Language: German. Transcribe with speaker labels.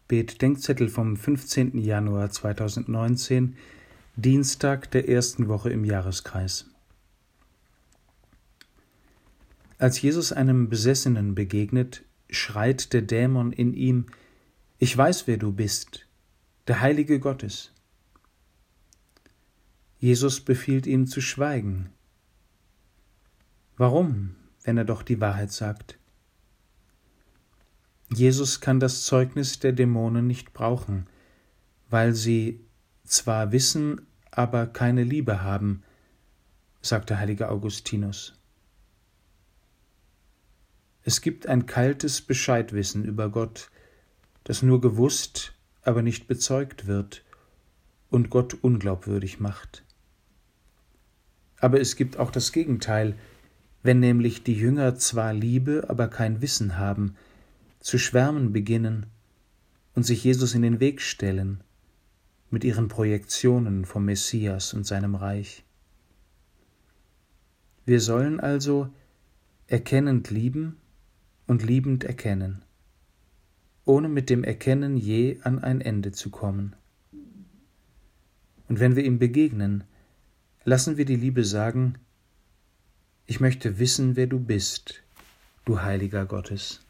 Speaker 1: Bet-Denkzettel vom 15. Januar 2019, Dienstag der ersten Woche im Jahreskreis. Als Jesus einem Besessenen begegnet, schreit der Dämon in ihm: Ich weiß, wer du bist, der Heilige Gottes. Jesus befiehlt ihm zu schweigen. Warum, wenn er doch die Wahrheit sagt? Jesus kann das Zeugnis der Dämonen nicht brauchen, weil sie zwar wissen, aber keine Liebe haben, sagt der heilige Augustinus. Es gibt ein kaltes Bescheidwissen über Gott, das nur gewusst, aber nicht bezeugt wird und Gott unglaubwürdig macht. Aber es gibt auch das Gegenteil, wenn nämlich die Jünger zwar Liebe, aber kein Wissen haben, zu schwärmen beginnen und sich Jesus in den Weg stellen mit ihren Projektionen vom Messias und seinem Reich. Wir sollen also erkennend lieben und liebend erkennen, ohne mit dem Erkennen je an ein Ende zu kommen. Und wenn wir ihm begegnen, lassen wir die Liebe sagen: Ich möchte wissen, wer du bist, du Heiliger Gottes.